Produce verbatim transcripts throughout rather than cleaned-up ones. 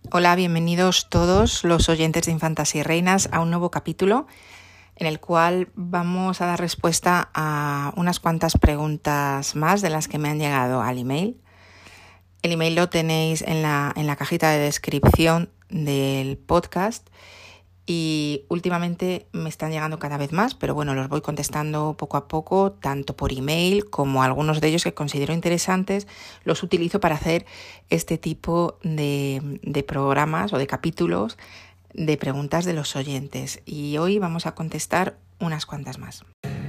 Hola, bienvenidos todos los oyentes de Infantas y Reinas a un nuevo capítulo en el cual vamos a dar respuesta a unas cuantas preguntas más de las que me han llegado al email. El email lo tenéis en la, en la cajita de descripción del podcast y últimamente me están llegando cada vez más, pero bueno, los voy contestando poco a poco, tanto por email como algunos de ellos que considero interesantes, los utilizo para hacer este tipo de, de programas o de capítulos de preguntas de los oyentes. Y hoy vamos a contestar unas cuantas más.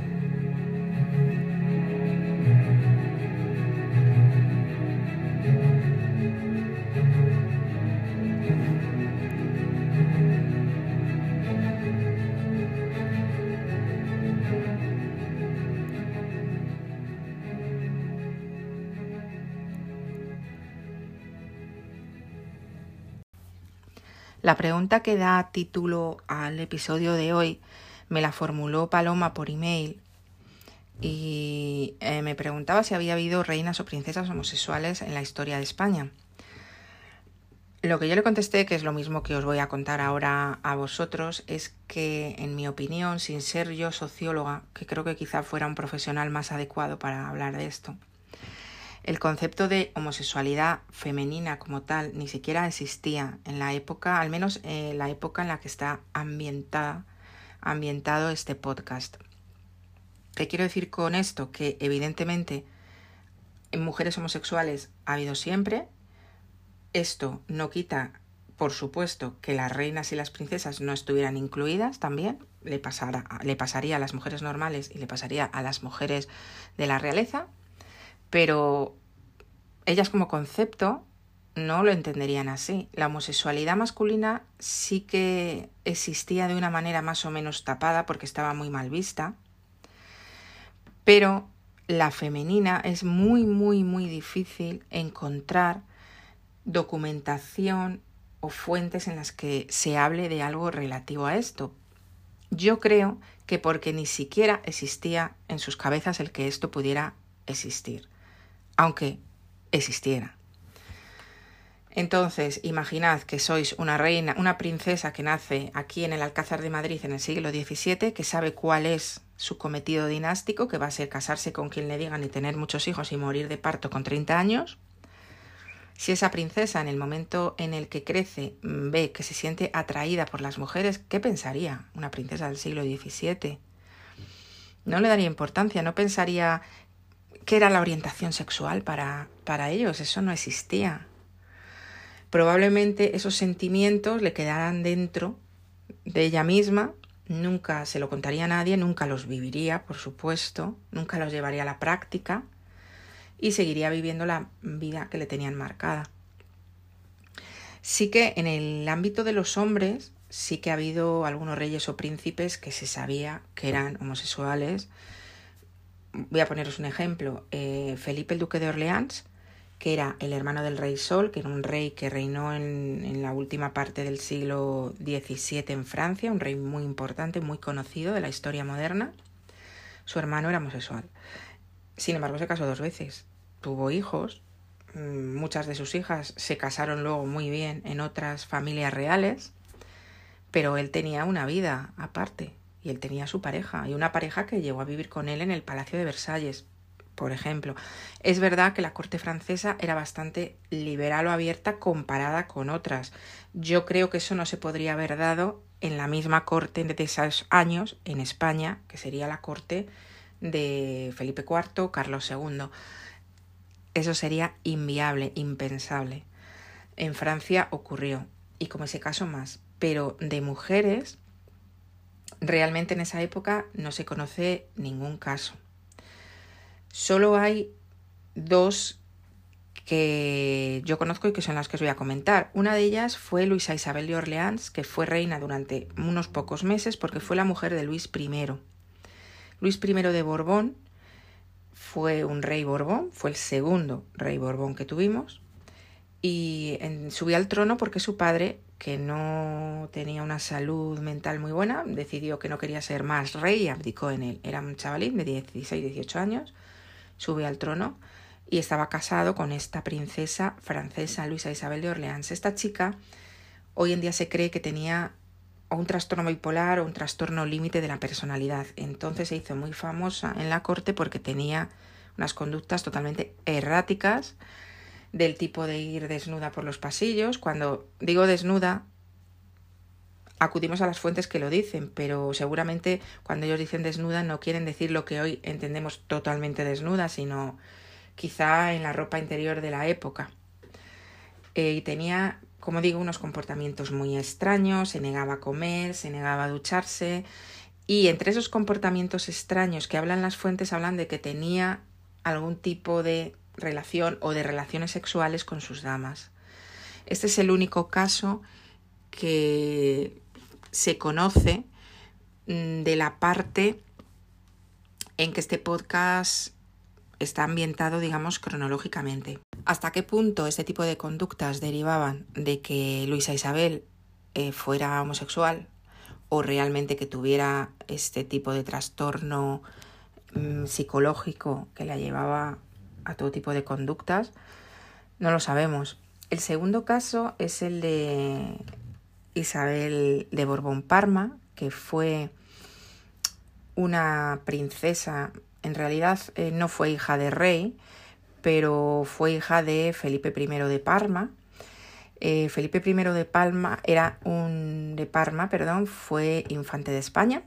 La pregunta que da título al episodio de hoy me la formuló Paloma por email y eh, me preguntaba si había habido reinas o princesas homosexuales en la historia de España. Lo que yo le contesté, que es lo mismo que os voy a contar ahora a vosotros, es que, en mi opinión, sin ser yo socióloga, que creo que quizá fuera un profesional más adecuado para hablar de esto, el concepto de homosexualidad femenina como tal ni siquiera existía en la época, al menos en la época en la que está ambientada, ambientado este podcast. ¿Qué quiero decir con esto? Que evidentemente en mujeres homosexuales ha habido siempre. Esto no quita, por supuesto, que las reinas y las princesas no estuvieran incluidas también. Le, pasara, le pasaría a las mujeres normales y le pasaría a las mujeres de la realeza. Pero ellas como concepto no lo entenderían así. La homosexualidad masculina sí que existía de una manera más o menos tapada porque estaba muy mal vista, pero la femenina es muy, muy, muy difícil encontrar documentación o fuentes en las que se hable de algo relativo a esto. Yo creo que porque ni siquiera existía en sus cabezas el que esto pudiera existir, aunque existiera. Entonces, imaginad que sois una reina, una princesa que nace aquí en el Alcázar de Madrid en el siglo diecisiete, que sabe cuál es su cometido dinástico, que va a ser casarse con quien le digan y tener muchos hijos y morir de parto con treinta años. Si esa princesa, en el momento en el que crece, ve que se siente atraída por las mujeres, ¿qué pensaría una princesa del siglo diecisiete? No le daría importancia, no pensaría qué era la orientación sexual para, para ellos, eso no existía. Probablemente esos sentimientos le quedaran dentro de ella misma, nunca se lo contaría a nadie, nunca los viviría, por supuesto, nunca los llevaría a la práctica y seguiría viviendo la vida que le tenían marcada. Sí que en el ámbito de los hombres, sí que ha habido algunos reyes o príncipes que se sabía que eran homosexuales. Voy a poneros un ejemplo. Eh, Felipe el Duque de Orleans, que era el hermano del rey Sol, que era un rey que reinó en, en la última parte del siglo diecisiete en Francia, un rey muy importante, muy conocido de la historia moderna. Su hermano era homosexual. Sin embargo, se casó dos veces. Tuvo hijos. Muchas de sus hijas se casaron luego muy bien en otras familias reales, pero él tenía una vida aparte y él tenía su pareja y una pareja que llegó a vivir con él en el Palacio de Versalles, por ejemplo. Es verdad que la corte francesa era bastante liberal o abierta comparada con otras. Yo creo que eso no se podría haber dado en la misma corte de esos años en España, que sería la corte de Felipe cuarto, Carlos segundo. Eso sería inviable, impensable. En Francia ocurrió, y como ese caso más, pero de mujeres, realmente en esa época no se conoce ningún caso. Solo hay dos que yo conozco y que son las que os voy a comentar. Una de ellas fue Luisa Isabel de Orleans, que fue reina durante unos pocos meses porque fue la mujer de Luis primero. Luis primero de Borbón fue un rey Borbón, fue el segundo rey Borbón que tuvimos, y en, subió al trono porque su padre, que no tenía una salud mental muy buena, decidió que no quería ser más rey y abdicó en él. Era un chavalín de dieciséis, dieciocho años, subió al trono y estaba casado con esta princesa francesa, Luisa Isabel de Orleans. Esta chica hoy en día se cree que tenía o un trastorno bipolar o un trastorno límite de la personalidad. Entonces se hizo muy famosa en la corte porque tenía unas conductas totalmente erráticas, del tipo de ir desnuda por los pasillos. Cuando digo desnuda, acudimos a las fuentes que lo dicen, pero seguramente cuando ellos dicen desnuda no quieren decir lo que hoy entendemos totalmente desnuda, sino quizá en la ropa interior de la época. Eh, y tenía, como digo, unos comportamientos muy extraños, se negaba a comer, se negaba a ducharse, y entre esos comportamientos extraños que hablan las fuentes hablan de que tenía algún tipo de relación o de relaciones sexuales con sus damas. Este es el único caso que se conoce de la parte en que este podcast está ambientado, digamos, cronológicamente. ¿Hasta qué punto este tipo de conductas derivaban de que Luisa Isabel eh, fuera homosexual o realmente que tuviera este tipo de trastorno mmm, psicológico que la llevaba a todo tipo de conductas? No lo sabemos. El segundo caso es el de Isabel de Borbón-Parma, que fue una princesa. En realidad eh, no fue hija de rey, pero fue hija de Felipe primero de Parma. Eh, Felipe primero de Palma era un de Parma, perdón, fue infante de España,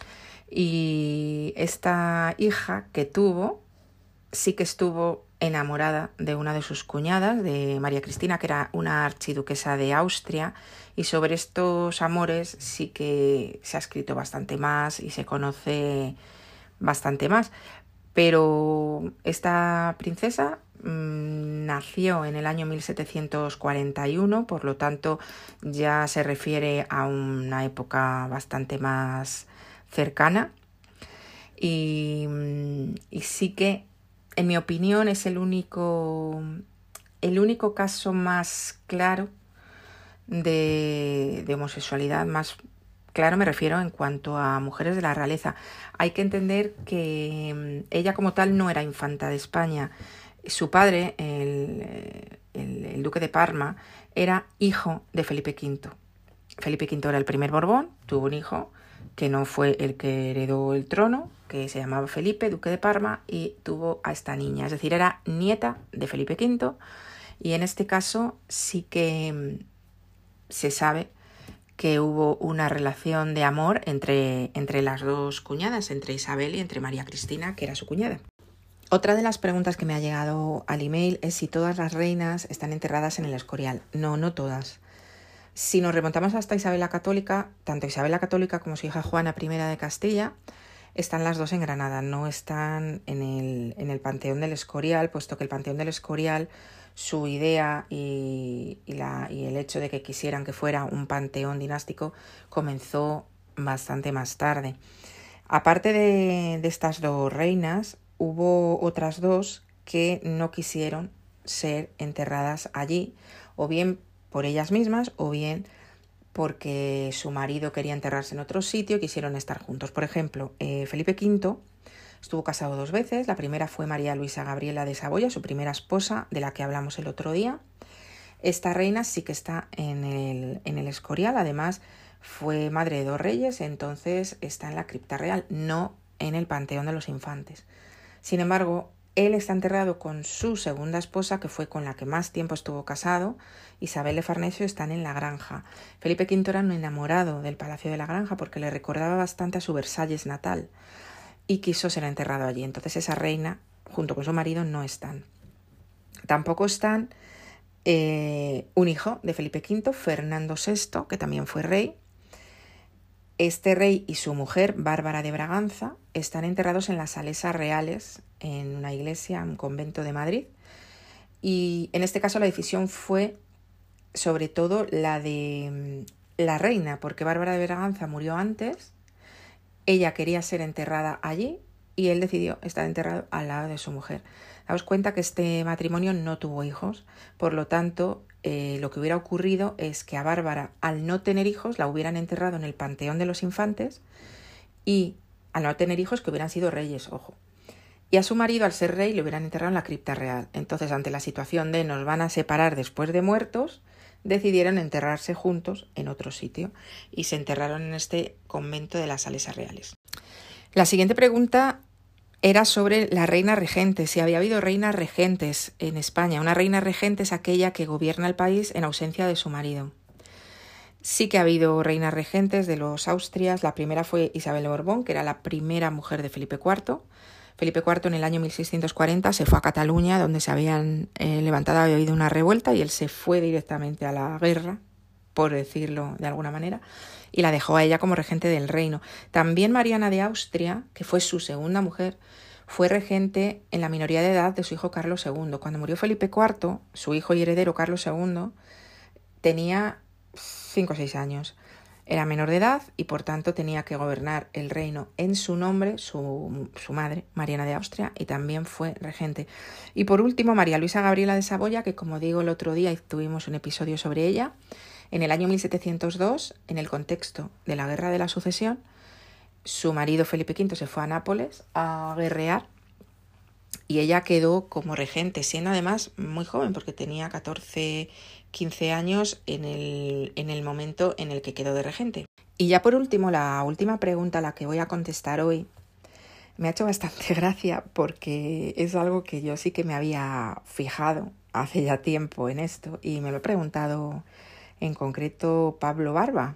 y esta hija que tuvo sí que estuvo enamorada de una de sus cuñadas, de María Cristina, que era una archiduquesa de Austria, y sobre estos amores sí que se ha escrito bastante más y se conoce bastante más. Pero esta princesa mmm, nació en el año mil setecientos cuarenta y uno, por lo tanto ya se refiere a una época bastante más cercana, y, y sí que, en mi opinión, es el único, el único caso más claro de, de homosexualidad, más claro me refiero en cuanto a mujeres de la realeza. Hay que entender que ella como tal no era infanta de España. Su padre, el, el, el duque de Parma, era hijo de Felipe quinto. Felipe quinto era el primer Borbón, tuvo un hijo que no fue el que heredó el trono, que se llamaba Felipe, duque de Parma, y tuvo a esta niña. Es decir, era nieta de Felipe quinto, y en este caso sí que se sabe que hubo una relación de amor entre, entre las dos cuñadas, entre Isabel y entre María Cristina, que era su cuñada. Otra de las preguntas que me ha llegado al email es si todas las reinas están enterradas en el Escorial. No, no todas. Si nos remontamos hasta Isabel la Católica, tanto Isabel la Católica como su hija Juana primera de Castilla, están las dos en Granada, no están en el, en el Panteón del Escorial, puesto que el Panteón del Escorial, su idea y, y, la, y el hecho de que quisieran que fuera un panteón dinástico comenzó bastante más tarde. Aparte de, de estas dos reinas, hubo otras dos que no quisieron ser enterradas allí, o bien por ellas mismas, o bien porque su marido quería enterrarse en otro sitio y quisieron estar juntos. Por ejemplo, eh, Felipe quinto estuvo casado dos veces. La primera fue María Luisa Gabriela de Saboya, su primera esposa, de la que hablamos el otro día. Esta reina sí que está en el, en el Escorial. Además, fue madre de dos reyes, entonces está en la cripta real, no en el Panteón de los Infantes. Sin embargo, él está enterrado con su segunda esposa, que fue con la que más tiempo estuvo casado. Isabel de Farnesio, están en la Granja. Felipe quinto era un enamorado del Palacio de la Granja porque le recordaba bastante a su Versalles natal y quiso ser enterrado allí. Entonces esa reina, junto con su marido, no están. Tampoco están eh, un hijo de Felipe quinto, Fernando sexto, que también fue rey. Este rey y su mujer, Bárbara de Braganza, están enterrados en las Salesas Reales, en una iglesia, un convento de Madrid. Y en este caso la decisión fue sobre todo la de la reina, porque Bárbara de Braganza murió antes, ella quería ser enterrada allí y él decidió estar enterrado al lado de su mujer. Daos cuenta que este matrimonio no tuvo hijos, por lo tanto, eh, lo que hubiera ocurrido es que a Bárbara, al no tener hijos, la hubieran enterrado en el Panteón de los Infantes, y al no tener hijos, que hubieran sido reyes, ojo. Y a su marido, al ser rey, le hubieran enterrado en la cripta real. Entonces, ante la situación de nos van a separar después de muertos, decidieron enterrarse juntos en otro sitio y se enterraron en este convento de las Salesas Reales. La siguiente pregunta era sobre la reina regente, si había habido reinas regentes en España. Una reina regente es aquella que gobierna el país en ausencia de su marido. Sí que ha habido reinas regentes de los Austrias. La primera fue Isabel de Borbón, que era la primera mujer de Felipe cuarto. Felipe cuarto en el año mil seiscientos cuarenta se fue a Cataluña, donde se habían eh, levantado, había habido una revuelta, y él se fue directamente a la guerra, por decirlo de alguna manera, y la dejó a ella como regente del reino. También Mariana de Austria, que fue su segunda mujer, fue regente en la minoría de edad de su hijo Carlos segundo. Cuando murió Felipe cuarto, su hijo y heredero Carlos segundo tenía cinco o seis años. Era menor de edad y por tanto tenía que gobernar el reino en su nombre, su, su madre, Mariana de Austria, y también fue regente. Y por último, María Luisa Gabriela de Saboya, que como digo el otro día tuvimos un episodio sobre ella, en el año mil setecientos dos, en el contexto de la Guerra de la Sucesión, su marido Felipe quinto se fue a Nápoles a guerrear y ella quedó como regente, siendo además muy joven porque tenía catorce, quince años en el, en el momento en el que quedó de regente. Y ya por último, la última pregunta a la que voy a contestar hoy me ha hecho bastante gracia porque es algo que yo sí que me había fijado hace ya tiempo en esto y me lo he preguntado en concreto Pablo Barba.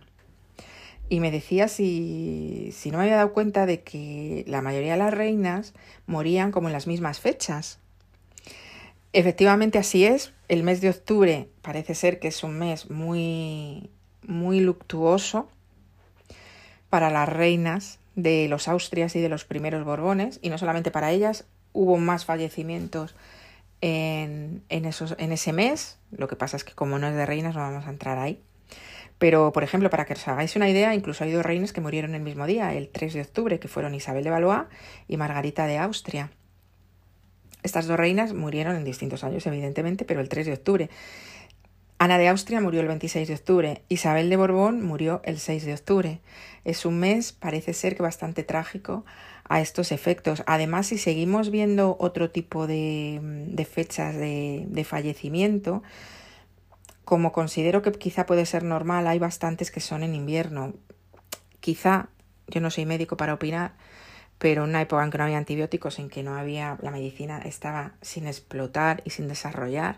Y me decía si, si no me había dado cuenta de que la mayoría de las reinas morían como en las mismas fechas. Efectivamente así es. El mes de octubre parece ser que es un mes muy, muy luctuoso para las reinas de los Austrias y de los primeros Borbones. Y no solamente para ellas, hubo más fallecimientos en, en, esos, en ese mes. Lo que pasa es que como no es de reinas no vamos a entrar ahí. Pero, por ejemplo, para que os hagáis una idea, incluso hay dos reinas que murieron el mismo día, el tres de octubre, que fueron Isabel de Valois y Margarita de Austria. Estas dos reinas murieron en distintos años, evidentemente, pero el tres de octubre. Ana de Austria murió el veintiséis de octubre, Isabel de Borbón murió el seis de octubre. Es un mes, parece ser que bastante trágico a estos efectos. Además, si seguimos viendo otro tipo de, de fechas de, de fallecimiento, como considero que quizá puede ser normal, hay bastantes que son en invierno. Quizá, yo no soy médico para opinar, pero en una época en que no había antibióticos, en que no había, la medicina estaba sin explotar y sin desarrollar,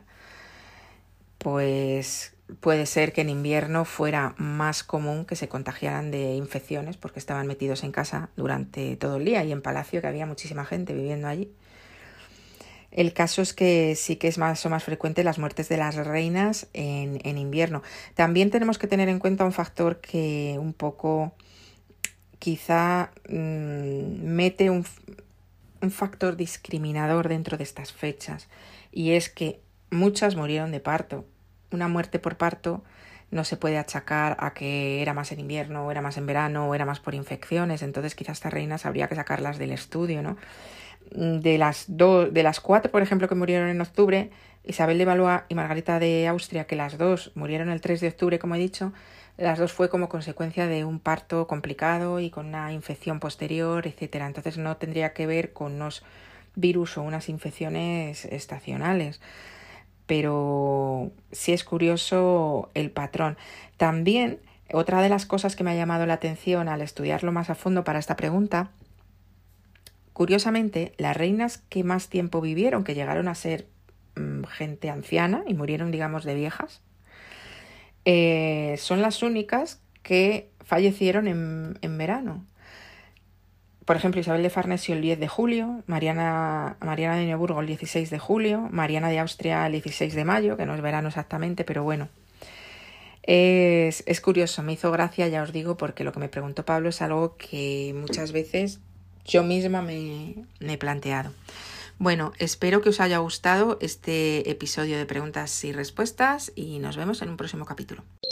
pues puede ser que en invierno fuera más común que se contagiaran de infecciones porque estaban metidos en casa durante todo el día y en Palacio, que había muchísima gente viviendo allí. El caso es que sí que es más o más frecuente las muertes de las reinas en, en invierno. También tenemos que tener en cuenta un factor que un poco quizá mmm, mete un, un factor discriminador dentro de estas fechas, y es que muchas murieron de parto. Una muerte por parto no se puede achacar a que era más en invierno o era más en verano o era más por infecciones, entonces quizás estas reinas habría que sacarlas del estudio, ¿no? De las, do, de las cuatro, por ejemplo, que murieron en octubre, Isabel de Valois y Margarita de Austria, que las dos murieron el tres de octubre, como he dicho, las dos fue como consecuencia de un parto complicado y con una infección posterior, etcétera. Entonces no tendría que ver con unos virus o unas infecciones estacionales. Pero sí es curioso el patrón. También, otra de las cosas que me ha llamado la atención al estudiarlo más a fondo para esta pregunta, curiosamente, las reinas que más tiempo vivieron, que llegaron a ser mmm, gente anciana y murieron, digamos, de viejas, eh, son las únicas que fallecieron en, en verano. Por ejemplo, Isabel de Farnesio el diez de julio, Mariana, Mariana de Neuburgo el dieciséis de julio, Mariana de Austria el dieciséis de mayo, que no es verano exactamente, pero bueno. Es, es curioso, me hizo gracia, ya os digo, porque lo que me preguntó Pablo es algo que muchas veces yo misma me, me he planteado. Bueno, espero que os haya gustado este episodio de preguntas y respuestas y nos vemos en un próximo capítulo.